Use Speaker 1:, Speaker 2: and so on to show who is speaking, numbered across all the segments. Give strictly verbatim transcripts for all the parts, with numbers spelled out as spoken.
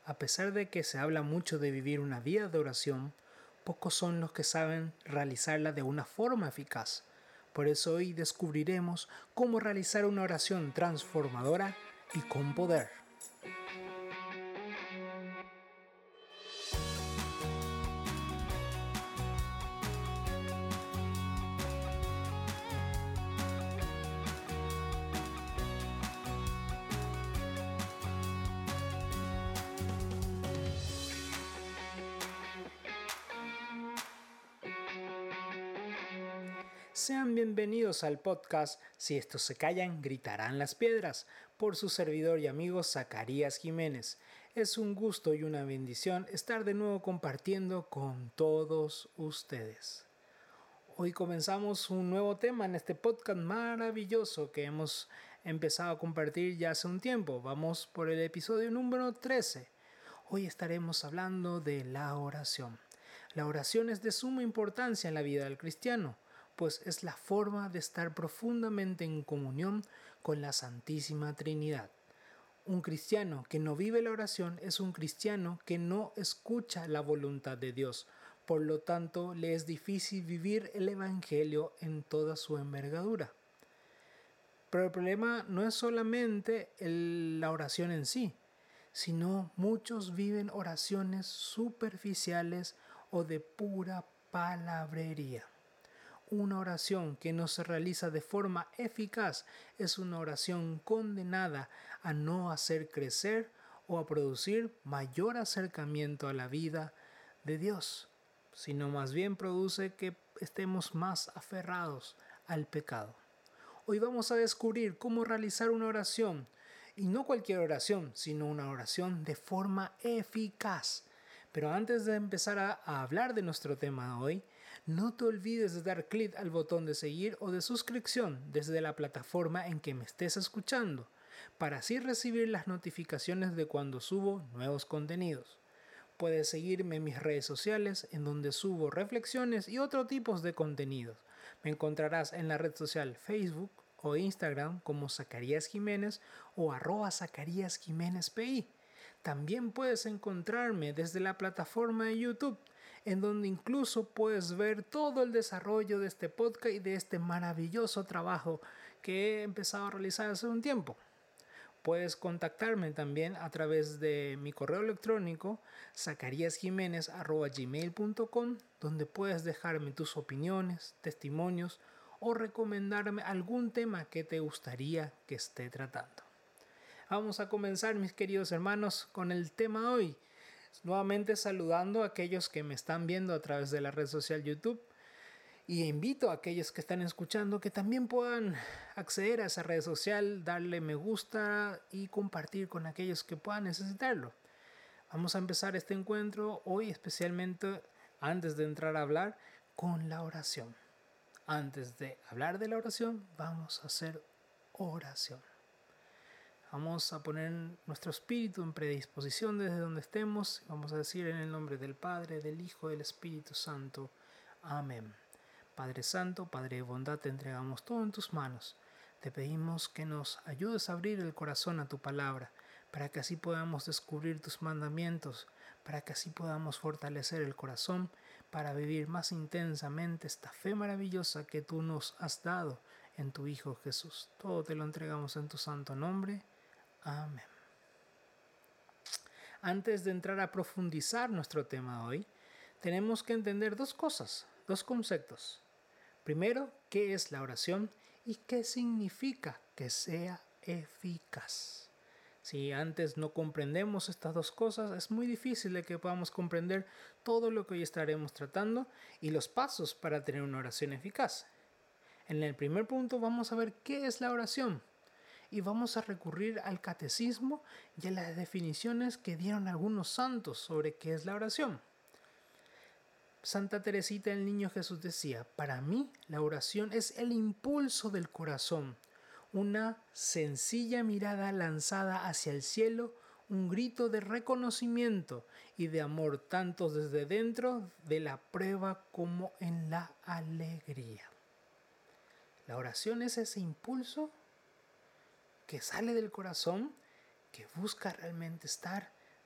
Speaker 1: A pesar de que se habla mucho de vivir una vida de oración, pocos son los que saben realizarla de una forma eficaz. Por eso hoy descubriremos cómo realizar una oración transformadora y con poder. Sean bienvenidos al podcast Si estos se callan, gritarán las piedras, por su servidor y amigo Zacarías Jiménez. Es un gusto y una bendición estar de nuevo compartiendo con todos ustedes. Hoy comenzamos un nuevo tema en este podcast maravilloso que hemos empezado a compartir ya hace un tiempo. Vamos por el episodio número trece. Hoy estaremos hablando de la oración. La oración es de suma importancia en la vida del cristiano, pues es la forma de estar profundamente en comunión con la Santísima Trinidad. Un cristiano que no vive la oración es un cristiano que no escucha la voluntad de Dios. Por lo tanto, le es difícil vivir el Evangelio en toda su envergadura. Pero el problema no es solamente el, la oración en sí, sino muchos viven oraciones superficiales o de pura palabrería. Una oración que no se realiza de forma eficaz es una oración condenada a no hacer crecer o a producir mayor acercamiento a la vida de Dios, sino más bien produce que estemos más aferrados al pecado. Hoy vamos a descubrir cómo realizar una oración, y no cualquier oración, sino una oración de forma eficaz. Pero antes de empezar a, a hablar de nuestro tema de hoy, no te olvides de dar clic al botón de seguir o de suscripción desde la plataforma en que me estés escuchando, para así recibir las notificaciones de cuando subo nuevos contenidos. Puedes seguirme en mis redes sociales, en donde subo reflexiones y otros tipos de contenidos. Me encontrarás en la red social Facebook o Instagram como Zacarías Jiménez o arroba Zacarías Jiménez P I. También puedes encontrarme desde la plataforma de YouTube, en donde incluso puedes ver todo el desarrollo de este podcast y de este maravilloso trabajo que he empezado a realizar hace un tiempo. Puedes contactarme también a través de mi correo electrónico zacariasjimenez arroba gmail punto com, donde puedes dejarme tus opiniones, testimonios o recomendarme algún tema que te gustaría que esté tratando. Vamos a comenzar, mis queridos hermanos, con el tema de hoy. Nuevamente saludando a aquellos que me están viendo a través de la red social YouTube. Y invito a aquellos que están escuchando que también puedan acceder a esa red social, darle me gusta y compartir con aquellos que puedan necesitarlo. Vamos a empezar este encuentro hoy, especialmente antes de entrar a hablar, con la oración. Antes de hablar de la oración, vamos a hacer oración. Vamos a poner nuestro espíritu en predisposición desde donde estemos. Vamos a decir en el nombre del Padre, del Hijo y del Espíritu Santo. Amén. Padre Santo, Padre de bondad, te entregamos todo en tus manos. Te pedimos que nos ayudes a abrir el corazón a tu palabra, para que así podamos descubrir tus mandamientos, para que así podamos fortalecer el corazón, para vivir más intensamente esta fe maravillosa que tú nos has dado en tu Hijo Jesús. Todo te lo entregamos en tu santo nombre. Amén. Antes de entrar a profundizar nuestro tema de hoy, tenemos que entender dos cosas, dos conceptos. Primero, ¿qué es la oración y qué significa que sea eficaz? Si antes no comprendemos estas dos cosas, es muy difícil de que podamos comprender todo lo que hoy estaremos tratando y los pasos para tener una oración eficaz. En el primer punto vamos a ver qué es la oración y vamos a recurrir al catecismo y a las definiciones que dieron algunos santos sobre qué es la oración. Santa Teresita del Niño Jesús decía: para mí la oración es el impulso del corazón, una sencilla mirada lanzada hacia el cielo, un grito de reconocimiento y de amor tanto desde dentro de la prueba como en la alegría. La oración es ese impulso que sale del corazón, que busca realmente estar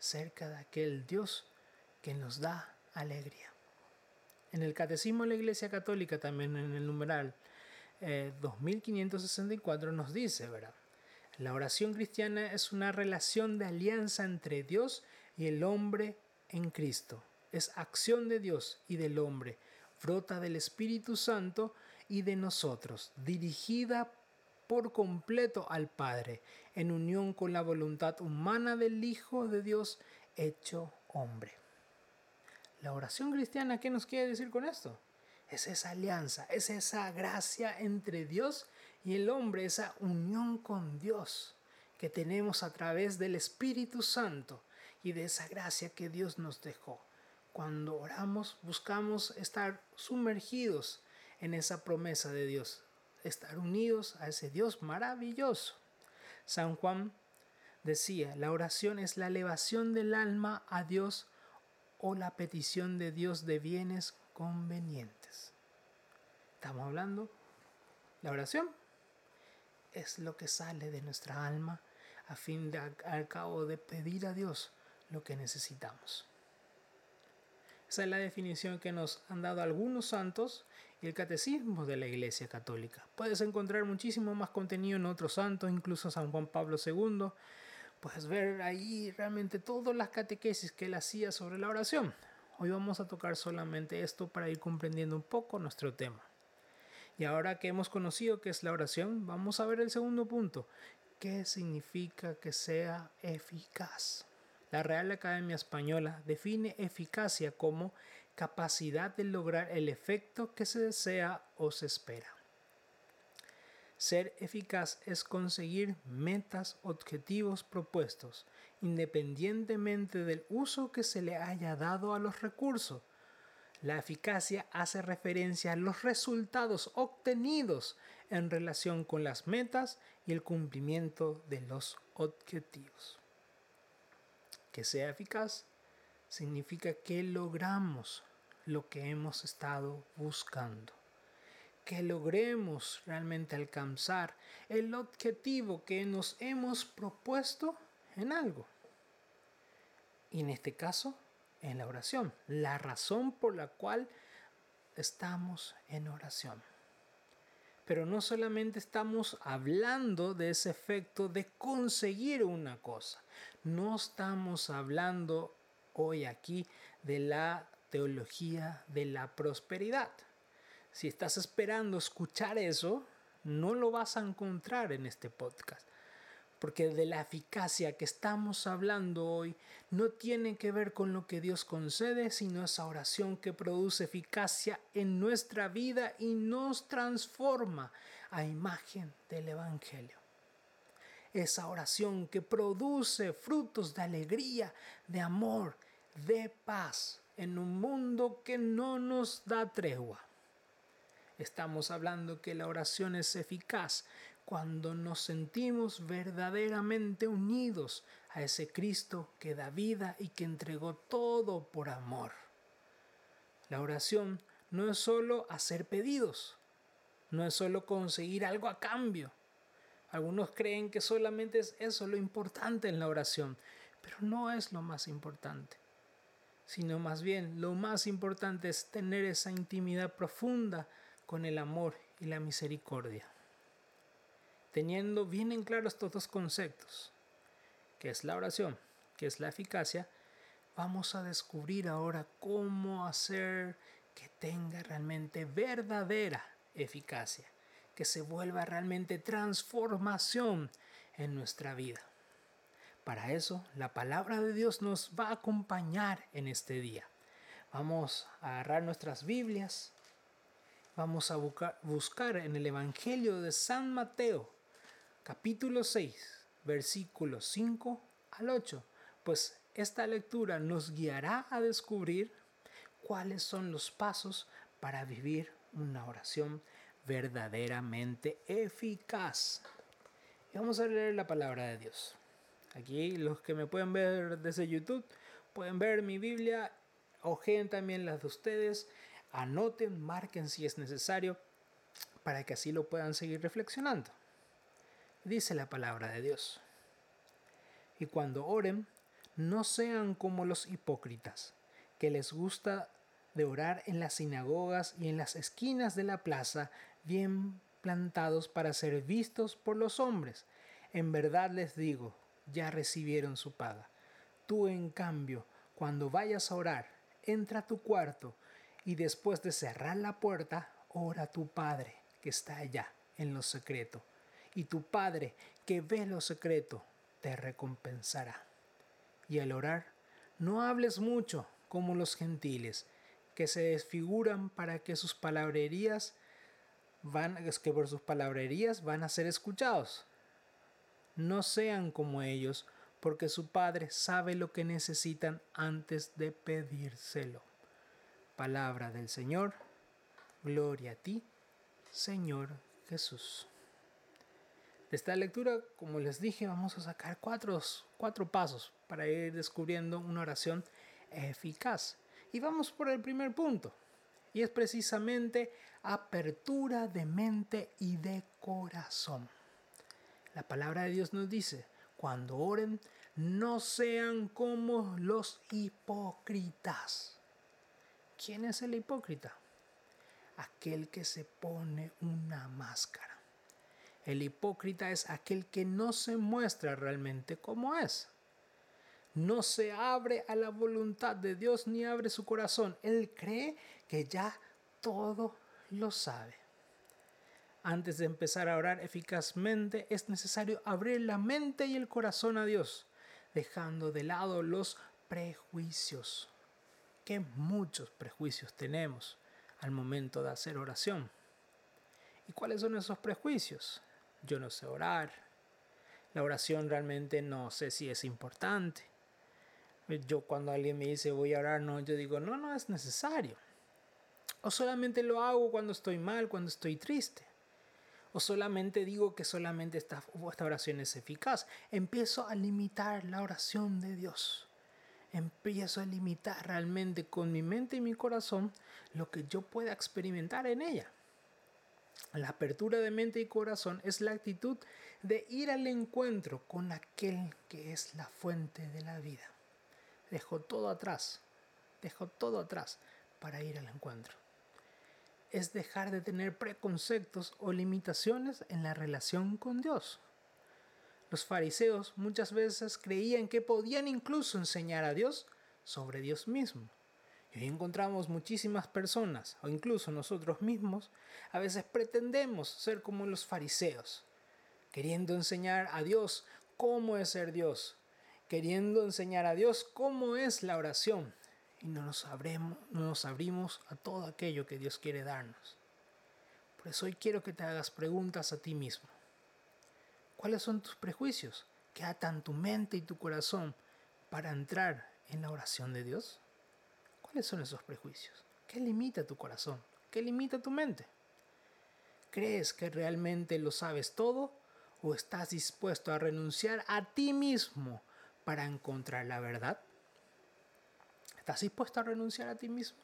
Speaker 1: cerca de aquel Dios que nos da alegría. En el Catecismo de la Iglesia Católica, también en el numeral eh, dos mil quinientos sesenta y cuatro, nos dice, ¿verdad? La oración cristiana es una relación de alianza entre Dios y el hombre en Cristo. Es acción de Dios y del hombre, brota del Espíritu Santo y de nosotros, dirigida por completo al Padre, en unión con la voluntad humana del Hijo de Dios hecho hombre. La oración cristiana, ¿qué nos quiere decir con esto? Es esa alianza, es esa gracia entre Dios y el hombre, esa unión con Dios que tenemos a través del Espíritu Santo y de esa gracia que Dios nos dejó. Cuando oramos, buscamos estar sumergidos en esa promesa de Dios, estar unidos a ese Dios maravilloso. San Juan decía, la oración es la elevación del alma a Dios o la petición de Dios de bienes convenientes. Estamos hablando, la oración es lo que sale de nuestra alma a fin de, al cabo de pedir a Dios lo que necesitamos. Esa es la definición que nos han dado algunos santos y el catecismo de la Iglesia Católica. Puedes encontrar muchísimo más contenido en otros santos, incluso San Juan Pablo segundo. Puedes ver ahí realmente todas las catequesis que él hacía sobre la oración. Hoy vamos a tocar solamente esto para ir comprendiendo un poco nuestro tema. Y ahora que hemos conocido qué es la oración, vamos a ver el segundo punto. ¿Qué significa que sea eficaz? La Real Academia Española define eficacia como capacidad de lograr el efecto que se desea o se espera. Ser eficaz es conseguir metas, objetivos propuestos, independientemente del uso que se le haya dado a los recursos. La eficacia hace referencia a los resultados obtenidos en relación con las metas y el cumplimiento de los objetivos. Que sea eficaz significa que logramos lo que hemos estado buscando, que logremos realmente alcanzar el objetivo que nos hemos propuesto en algo. Y en este caso, en la oración, la razón por la cual estamos en oración. Pero no solamente estamos hablando de ese efecto de conseguir una cosa. No estamos hablando hoy aquí de la teología de la prosperidad. Si estás esperando escuchar eso, no lo vas a encontrar en este podcast. Porque de la eficacia que estamos hablando hoy no tiene que ver con lo que Dios concede, sino esa oración que produce eficacia en nuestra vida y nos transforma a imagen del Evangelio. Esa oración que produce frutos de alegría, de amor, de paz en un mundo que no nos da tregua. Estamos hablando que la oración es eficaz cuando nos sentimos verdaderamente unidos a ese Cristo que da vida y que entregó todo por amor. La oración no es solo hacer pedidos, no es solo conseguir algo a cambio. Algunos creen que solamente es eso lo importante en la oración, pero no es lo más importante, sino más bien lo más importante es tener esa intimidad profunda con el amor y la misericordia. Teniendo bien en claro estos dos conceptos, que es la oración, que es la eficacia, vamos a descubrir ahora cómo hacer que tenga realmente verdadera eficacia, que se vuelva realmente transformación en nuestra vida. Para eso, la palabra de Dios nos va a acompañar en este día. Vamos a agarrar nuestras Biblias, vamos a buscar, buscar en el Evangelio de San Mateo, capítulo seis, versículos cinco al ocho, pues esta lectura nos guiará a descubrir cuáles son los pasos para vivir una oración verdaderamente eficaz. Y vamos a leer la palabra de Dios. Aquí los que me pueden ver desde YouTube pueden ver mi Biblia, ojeen también las de ustedes, anoten, marquen si es necesario para que así lo puedan seguir reflexionando. Dice la palabra de Dios: y cuando oren, No sean como los hipócritas, que les gusta de orar en las sinagogas y en las esquinas de la plaza, bien plantados para ser vistos por los hombres. En verdad les digo, ya recibieron su paga. Tú, en cambio, cuando vayas a orar, entra a tu cuarto y después de cerrar la puerta, ora a tu Padre que está allá en lo secreto. Y tu Padre que ve lo secreto te recompensará. Y al orar, no hables mucho como los gentiles, que se desfiguran para que sus palabrerías van, es que por sus palabrerías van a ser escuchados. No sean como ellos, porque su Padre sabe lo que necesitan antes de pedírselo. Palabra del Señor. Gloria a ti, Señor Jesús. De esta lectura, como les dije, vamos a sacar cuatro, cuatro pasos para ir descubriendo una oración eficaz. Y vamos por el primer punto, y es precisamente apertura de mente y de corazón. La palabra de Dios nos dice, cuando oren, no sean como los hipócritas. ¿Quién es el hipócrita? Aquel que se pone una máscara. El hipócrita es aquel que no se muestra realmente como es. No se abre a la voluntad de Dios ni abre su corazón. Él cree que ya todo lo sabe. Antes de empezar a orar eficazmente, es necesario abrir la mente y el corazón a Dios, dejando de lado los prejuicios, que muchos prejuicios tenemos al momento de hacer oración. ¿Y cuáles son esos prejuicios? Yo no sé orar. La oración realmente no sé si es importante. Yo cuando alguien me dice voy a orar, no, yo digo no, no es necesario. O solamente lo hago cuando estoy mal, cuando estoy triste. O solamente digo que solamente esta, esta oración es eficaz. Empiezo a limitar la oración de Dios. Empiezo a limitar realmente con mi mente y mi corazón lo que yo pueda experimentar en ella. La apertura de mente y corazón es la actitud de ir al encuentro con aquel que es la fuente de la vida. Dejo todo atrás, dejo todo atrás para ir al encuentro. Es dejar de tener preconceptos o limitaciones en la relación con Dios. Los fariseos muchas veces creían que podían incluso enseñar a Dios sobre Dios mismo. Y hoy encontramos muchísimas personas, o incluso nosotros mismos, a veces pretendemos ser como los fariseos, queriendo enseñar a Dios cómo es ser Dios, queriendo enseñar a Dios cómo es la oración, y no nos, abremos, no nos abrimos a todo aquello que Dios quiere darnos. Por eso hoy quiero que te hagas preguntas a ti mismo. ¿Cuáles son tus prejuicios que atan tu mente y tu corazón para entrar en la oración de Dios? ¿Cuáles son esos prejuicios? ¿Qué limita tu corazón? ¿Qué limita tu mente? ¿Crees que realmente lo sabes todo o estás dispuesto a renunciar a ti mismo para encontrar la verdad? ¿Estás dispuesto a renunciar a ti mismo?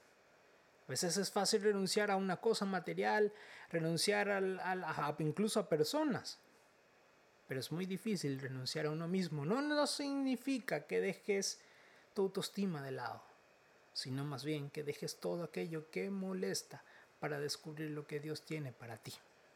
Speaker 1: A veces es fácil renunciar a una cosa material, renunciar al, al, a, incluso a personas, pero es muy difícil renunciar a uno mismo. No, no significa que dejes tu autoestima de lado, sino más bien que dejes todo aquello que molesta para descubrir lo que Dios tiene para ti.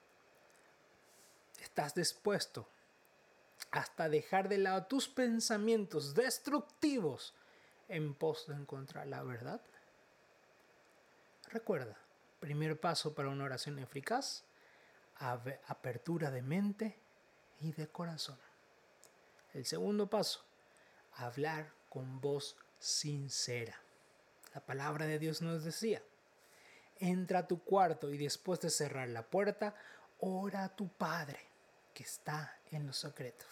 Speaker 1: ¿Estás dispuesto hasta dejar de lado tus pensamientos destructivos en pos de encontrar la verdad? Recuerda, primer paso para una oración eficaz, apertura de mente y de corazón. El segundo paso, hablar con voz sincera. La palabra de Dios nos decía, entra a tu cuarto y después de cerrar la puerta, ora a tu Padre que está en lo secreto.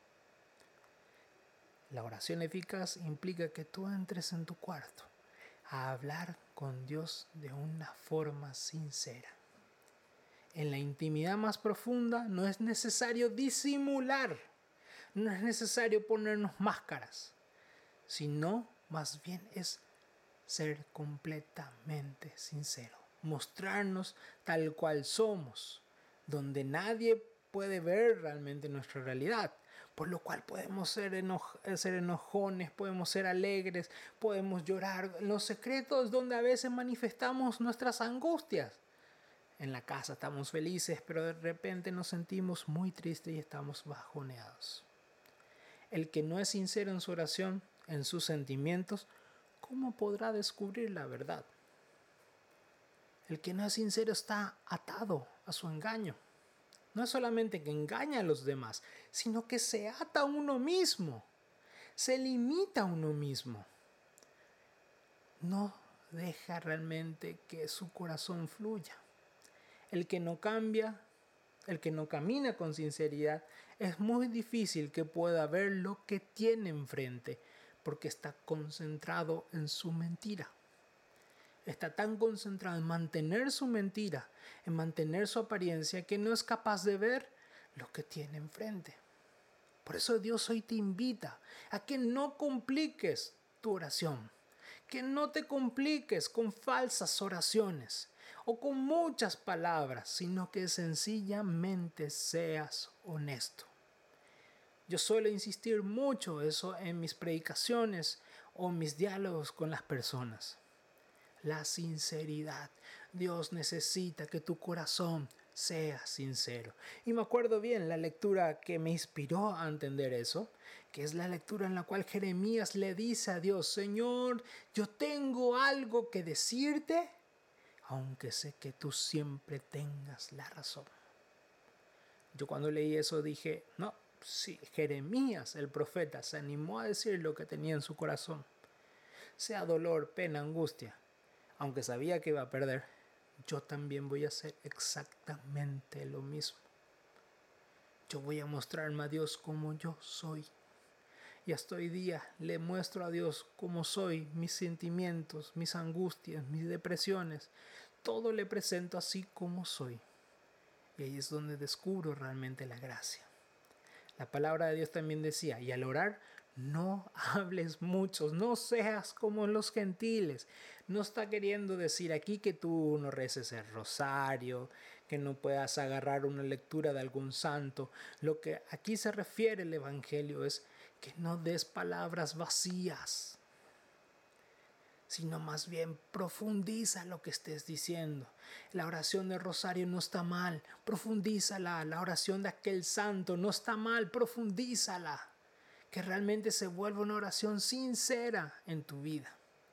Speaker 1: La oración eficaz implica que tú entres en tu cuarto a hablar con Dios de una forma sincera. En la intimidad más profunda no es necesario disimular, no es necesario ponernos máscaras, sino más bien es ser completamente sincero, mostrarnos tal cual somos, donde nadie puede ver realmente nuestra realidad, por lo cual podemos ser, enoj- ser enojones, podemos ser alegres, podemos llorar. En los secretos donde a veces manifestamos nuestras angustias. En la casa estamos felices, pero de repente nos sentimos muy tristes y estamos bajoneados. El que no es sincero en su oración, en sus sentimientos, ¿cómo podrá descubrir la verdad? El que no es sincero está atado a su engaño. No es solamente que engaña a los demás, sino que se ata a uno mismo, se limita a uno mismo. No deja realmente que su corazón fluya. El que no cambia, el que no camina con sinceridad, es muy difícil que pueda ver lo que tiene enfrente, porque está concentrado en su mentira. Está tan concentrado en mantener su mentira, en mantener su apariencia, que no es capaz de ver lo que tiene enfrente. Por eso Dios hoy te invita a que no compliques tu oración, que no te compliques con falsas oraciones o con muchas palabras, sino que sencillamente seas honesto. Yo suelo insistir mucho eso en mis predicaciones o en mis diálogos con las personas. La sinceridad. Dios necesita que tu corazón sea sincero. Y me acuerdo bien la lectura que me inspiró a entender eso, que es la lectura en la cual Jeremías le dice a Dios: Señor, yo tengo algo que decirte, aunque sé que tú siempre tengas la razón. Yo cuando leí eso dije, no, sí, Jeremías, el profeta, se animó a decir lo que tenía en su corazón. Sea dolor, pena, angustia, aunque sabía que iba a perder, yo también voy a hacer exactamente lo mismo. Yo voy a mostrarme a Dios como yo soy. Y hasta hoy día le muestro a Dios cómo soy, mis sentimientos, mis angustias, mis depresiones. Todo le presento así como soy. Y ahí es donde descubro realmente la gracia. La palabra de Dios también decía, y al orar, no hables muchos, no seas como los gentiles. No está queriendo decir aquí que tú no reces el rosario, que no puedas agarrar una lectura de algún santo. Lo que aquí se refiere el Evangelio es que no des palabras vacías, sino más bien profundiza lo que estés diciendo. La oración del rosario no está mal, profundízala. La oración de aquel santo no está mal, profundízala. Que realmente se vuelva una oración sincera en tu vida.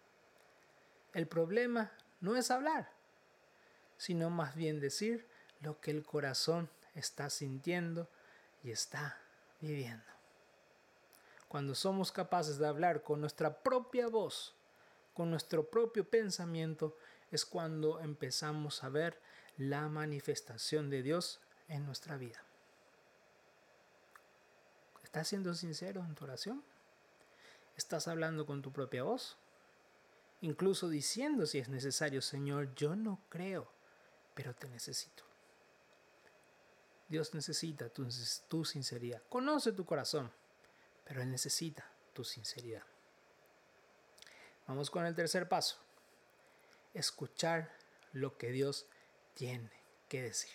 Speaker 1: El problema no es hablar, sino más bien decir lo que el corazón está sintiendo y está viviendo. Cuando somos capaces de hablar con nuestra propia voz, con nuestro propio pensamiento, es cuando empezamos a ver la manifestación de Dios en nuestra vida. ¿Estás siendo sincero en tu oración? ¿Estás hablando con tu propia voz? Incluso diciendo, si es necesario: Señor, yo no creo, pero te necesito. Dios necesita tu, tu sinceridad. Conoce tu corazón, pero Él necesita tu sinceridad. Vamos con el tercer paso. Escuchar lo que Dios tiene que decir.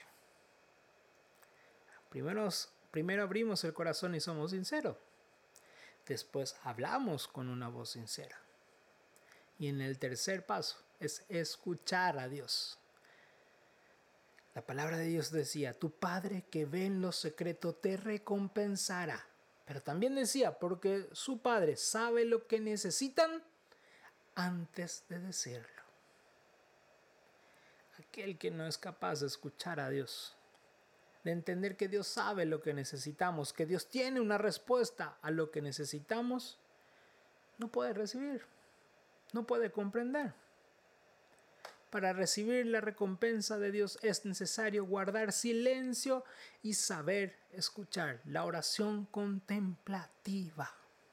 Speaker 1: Primero, primero abrimos el corazón y somos sinceros. Después hablamos con una voz sincera. Y en el tercer paso es escuchar a Dios. La palabra de Dios decía: tu Padre que ve en lo secreto te recompensará. Pero también decía: porque su Padre sabe lo que necesitan antes de decirlo. Aquel que no es capaz de escuchar a Dios, de entender que Dios sabe lo que necesitamos, que Dios tiene una respuesta a lo que necesitamos, no puede recibir, no puede comprender. Para recibir la recompensa de Dios es necesario guardar silencio y saber escuchar. La oración contemplativa.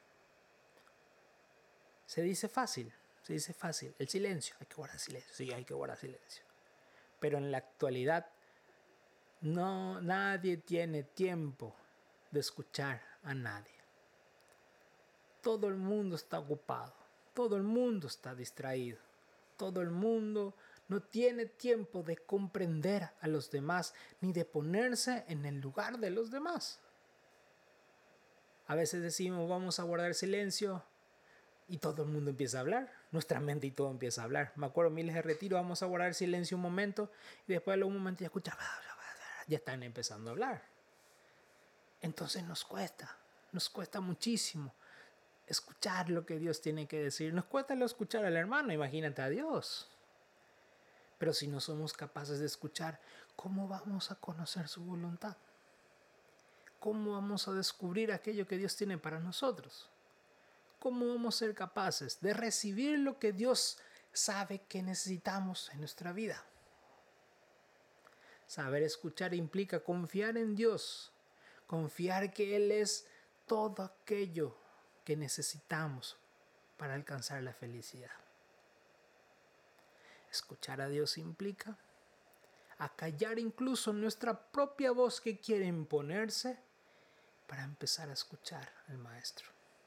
Speaker 1: Se dice fácil, se dice fácil. El silencio, hay que guardar silencio, sí, hay que guardar silencio. Pero en la actualidad no, nadie tiene tiempo de escuchar a nadie. Todo el mundo está ocupado, todo el mundo está distraído, todo el mundo no tiene tiempo de comprender a los demás ni de ponerse en el lugar de los demás. A veces decimos vamos a guardar silencio y todo el mundo empieza a hablar. Nuestra mente y todo empieza a hablar. Me acuerdo miles de retiro, vamos a guardar silencio un momento y después de un momento ya escuchamos, ya están empezando a hablar. Entonces nos cuesta, nos cuesta muchísimo escuchar lo que Dios tiene que decir. Nos cuesta lo escuchar al hermano, imagínate a Dios. Pero si no somos capaces de escuchar, ¿cómo vamos a conocer su voluntad? ¿Cómo vamos a descubrir aquello que Dios tiene para nosotros? ¿Cómo vamos a ser capaces de recibir lo que Dios sabe que necesitamos en nuestra vida? Saber escuchar implica confiar en Dios, confiar que Él es todo aquello que necesitamos para alcanzar la felicidad. Escuchar a Dios implica acallar incluso nuestra propia voz que quiere imponerse para empezar a escuchar al Maestro.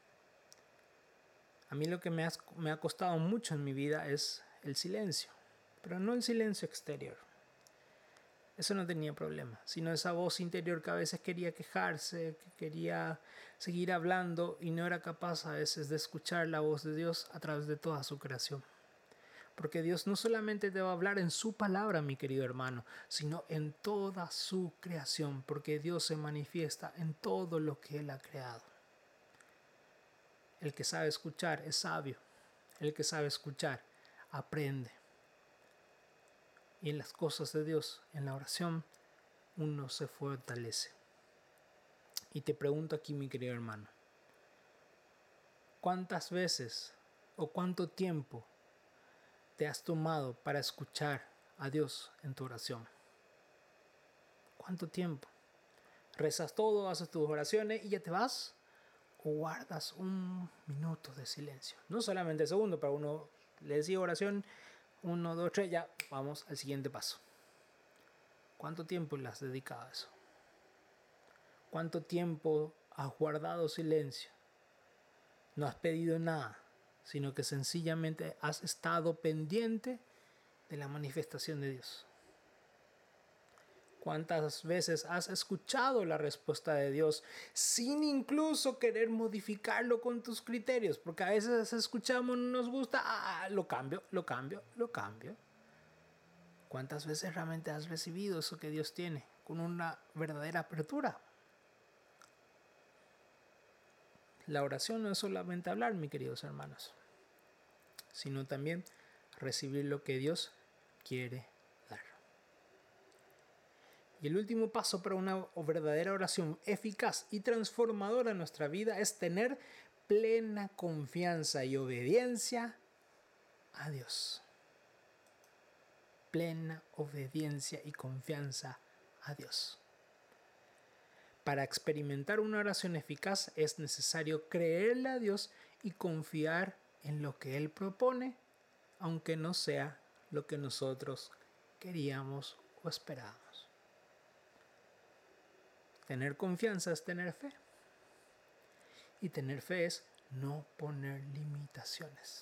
Speaker 1: A mí lo que me ha, me ha costado mucho en mi vida es el silencio, pero no el silencio exterior. Eso no tenía problema, sino esa voz interior que a veces quería quejarse, que quería seguir hablando y no era capaz a veces de escuchar la voz de Dios a través de toda su creación. Porque Dios no solamente te va a hablar en su palabra, mi querido hermano, sino en toda su creación, porque Dios se manifiesta en todo lo que Él ha creado. El que sabe escuchar es sabio, el que sabe escuchar aprende. Y en las cosas de Dios, en la oración, uno se fortalece. Y te pregunto aquí, mi querido hermano, ¿cuántas veces o cuánto tiempo te has tomado para escuchar a Dios en tu oración? ¿Cuánto tiempo? ¿Rezas todo, haces tus oraciones y ya te vas? ¿O guardas un minuto de silencio? No solamente segundo, para uno le decía oración, uno, dos, tres, ya vamos al siguiente paso. ¿Cuánto tiempo le has dedicado a eso? ¿Cuánto tiempo has guardado silencio? No has pedido nada, sino que sencillamente has estado pendiente de la manifestación de Dios. ¿Cuántas veces has escuchado la respuesta de Dios sin incluso querer modificarlo con tus criterios? Porque a veces escuchamos, no nos gusta, ah, lo cambio, lo cambio, lo cambio. ¿Cuántas veces realmente has recibido eso que Dios tiene con una verdadera apertura? La oración no es solamente hablar, mis queridos hermanos, sino también recibir lo que Dios quiere dar. Y el último paso para una verdadera oración eficaz y transformadora en nuestra vida es tener plena confianza y obediencia a Dios. Plena obediencia y confianza a Dios. Para experimentar una oración eficaz es necesario creerle a Dios y confiar en lo que Él propone, aunque no sea lo que nosotros queríamos o esperábamos. Tener confianza es tener fe. Y tener fe es no poner limitaciones.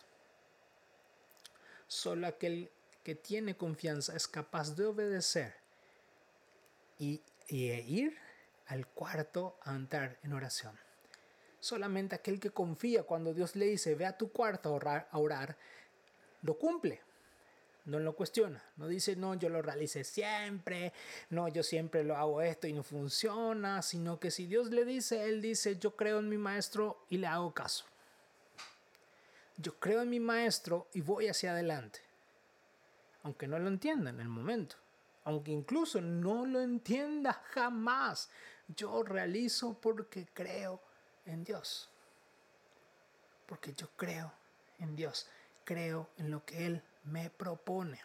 Speaker 1: Solo aquel que tiene confianza es capaz de obedecer y, y ir al cuarto a entrar en oración. Solamente aquel que confía cuando Dios le dice ve a tu cuarto a orar, a orar, lo cumple. No lo cuestiona, no dice no, yo lo realicé siempre, no, yo siempre lo hago esto y no funciona, sino que si Dios le dice, Él dice yo creo en mi maestro y le hago caso. Yo creo en mi maestro y voy hacia adelante. Aunque no lo entienda en el momento, aunque incluso no lo entienda jamás, yo realizo porque creo en Dios. Porque yo creo en Dios, creo en lo que Él me propone.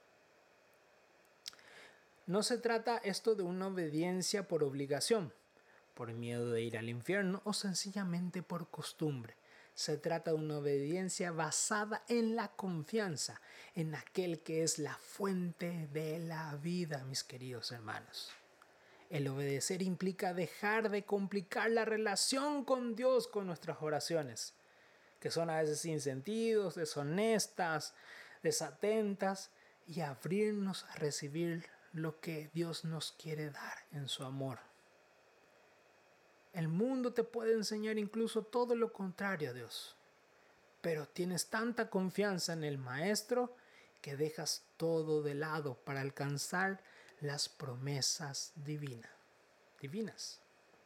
Speaker 1: No se trata esto de una obediencia por obligación, por miedo de ir al infierno o sencillamente por costumbre. Se trata de una obediencia basada en la confianza, en aquel que es la fuente de la vida, mis queridos hermanos. El obedecer implica dejar de complicar la relación con Dios con nuestras oraciones, que son a veces sin sentido, deshonestas, desatentas, y abrirnos a recibir lo que Dios nos quiere dar en su amor. El mundo te puede enseñar incluso todo lo contrario a Dios. Pero tienes tanta confianza en el Maestro que dejas todo de lado para alcanzar las promesas divinas. divinas.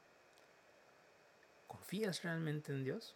Speaker 1: ¿Confías realmente en Dios?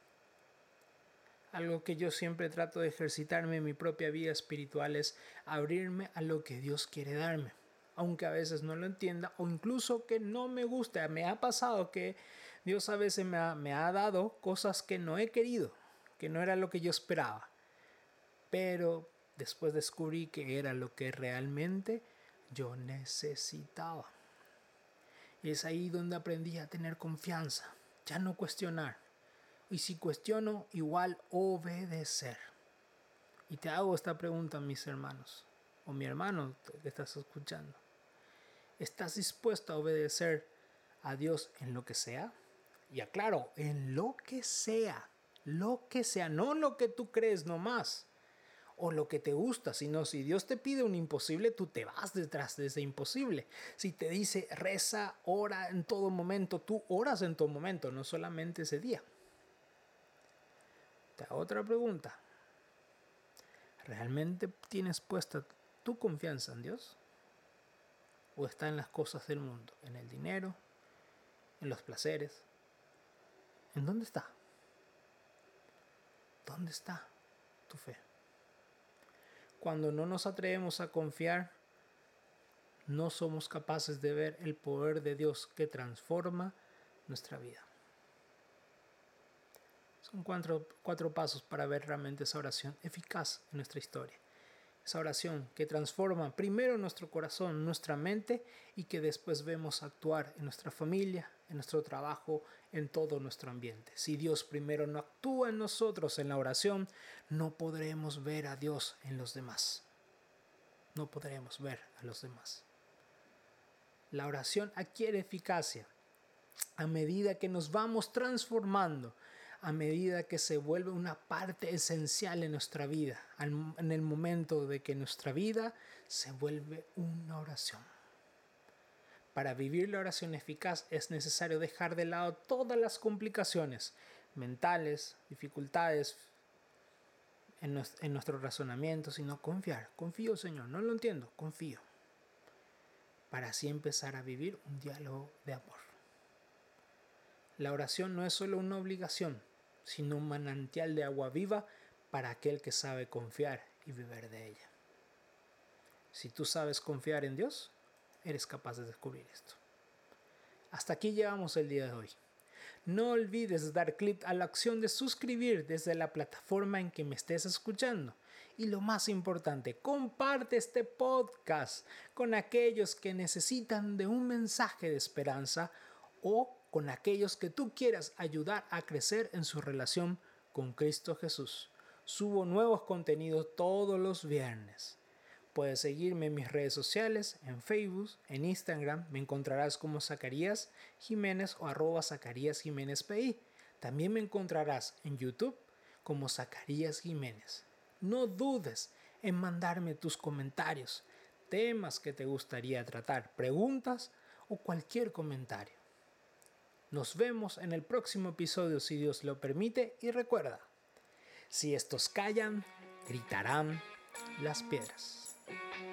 Speaker 1: Algo que yo siempre trato de ejercitarme en mi propia vida espiritual es abrirme a lo que Dios quiere darme, aunque a veces no lo entienda o incluso que no me guste. Me ha pasado que Dios a veces me ha, me ha dado cosas que no he querido, que no era lo que yo esperaba, pero después descubrí que era lo que realmente yo necesitaba. Y es ahí donde aprendí a tener confianza, ya no cuestionar. Y si cuestiono, igual obedecer. Y te hago esta pregunta, mis hermanos, o mi hermano que estás escuchando. ¿Estás dispuesto a obedecer a Dios en lo que sea? Y aclaro, en lo que sea, lo que sea, no lo que tú crees nomás, o lo que te gusta, sino si Dios te pide un imposible, tú te vas detrás de ese imposible. Si te dice reza, ora en todo momento, tú oras en todo momento, no solamente ese día. Te hago otra pregunta. ¿Realmente tienes puesta tu confianza en Dios? ¿O está en las cosas del mundo? ¿En el dinero? ¿En los placeres? ¿En dónde está? ¿Dónde está tu fe? Cuando no nos atrevemos a confiar, no somos capaces de ver el poder de Dios que transforma nuestra vida. Son cuatro, cuatro pasos para ver realmente esa oración eficaz en nuestra historia. Esa oración que transforma primero nuestro corazón, nuestra mente y que después vemos actuar en nuestra familia, en nuestro trabajo, en todo nuestro ambiente. Si Dios primero no actúa en nosotros en la oración, no podremos ver a Dios en los demás. No podremos ver a los demás. La oración adquiere eficacia a medida que nos vamos transformando, a medida que se vuelve una parte esencial en nuestra vida, en el momento de que nuestra vida se vuelve una oración. Para vivir la oración eficaz es necesario dejar de lado todas las complicaciones mentales, dificultades en, en nuestro razonamiento, sino confiar. Confío, Señor, no lo entiendo, confío. Para así empezar a vivir un diálogo de amor. La oración no es solo una obligación, sino un manantial de agua viva para aquel que sabe confiar y beber de ella. Si tú sabes confiar en Dios, eres capaz de descubrir esto. Hasta aquí llegamos el día de hoy. No olvides dar clic a la opción de suscribir desde la plataforma en que me estés escuchando. Y lo más importante, comparte este podcast con aquellos que necesitan de un mensaje de esperanza o con aquellos que tú quieras ayudar a crecer en su relación con Cristo Jesús. Subo nuevos contenidos todos los viernes. Puedes seguirme en mis redes sociales, en Facebook, en Instagram, me encontrarás como Zacarías Jiménez o arroba Zacarías Jiménez P I. También me encontrarás en YouTube como Zacarías Jiménez. No dudes en mandarme tus comentarios, temas que te gustaría tratar, preguntas o cualquier comentario. Nos vemos en el próximo episodio si Dios lo permite y recuerda, si estos callan, gritarán las piedras.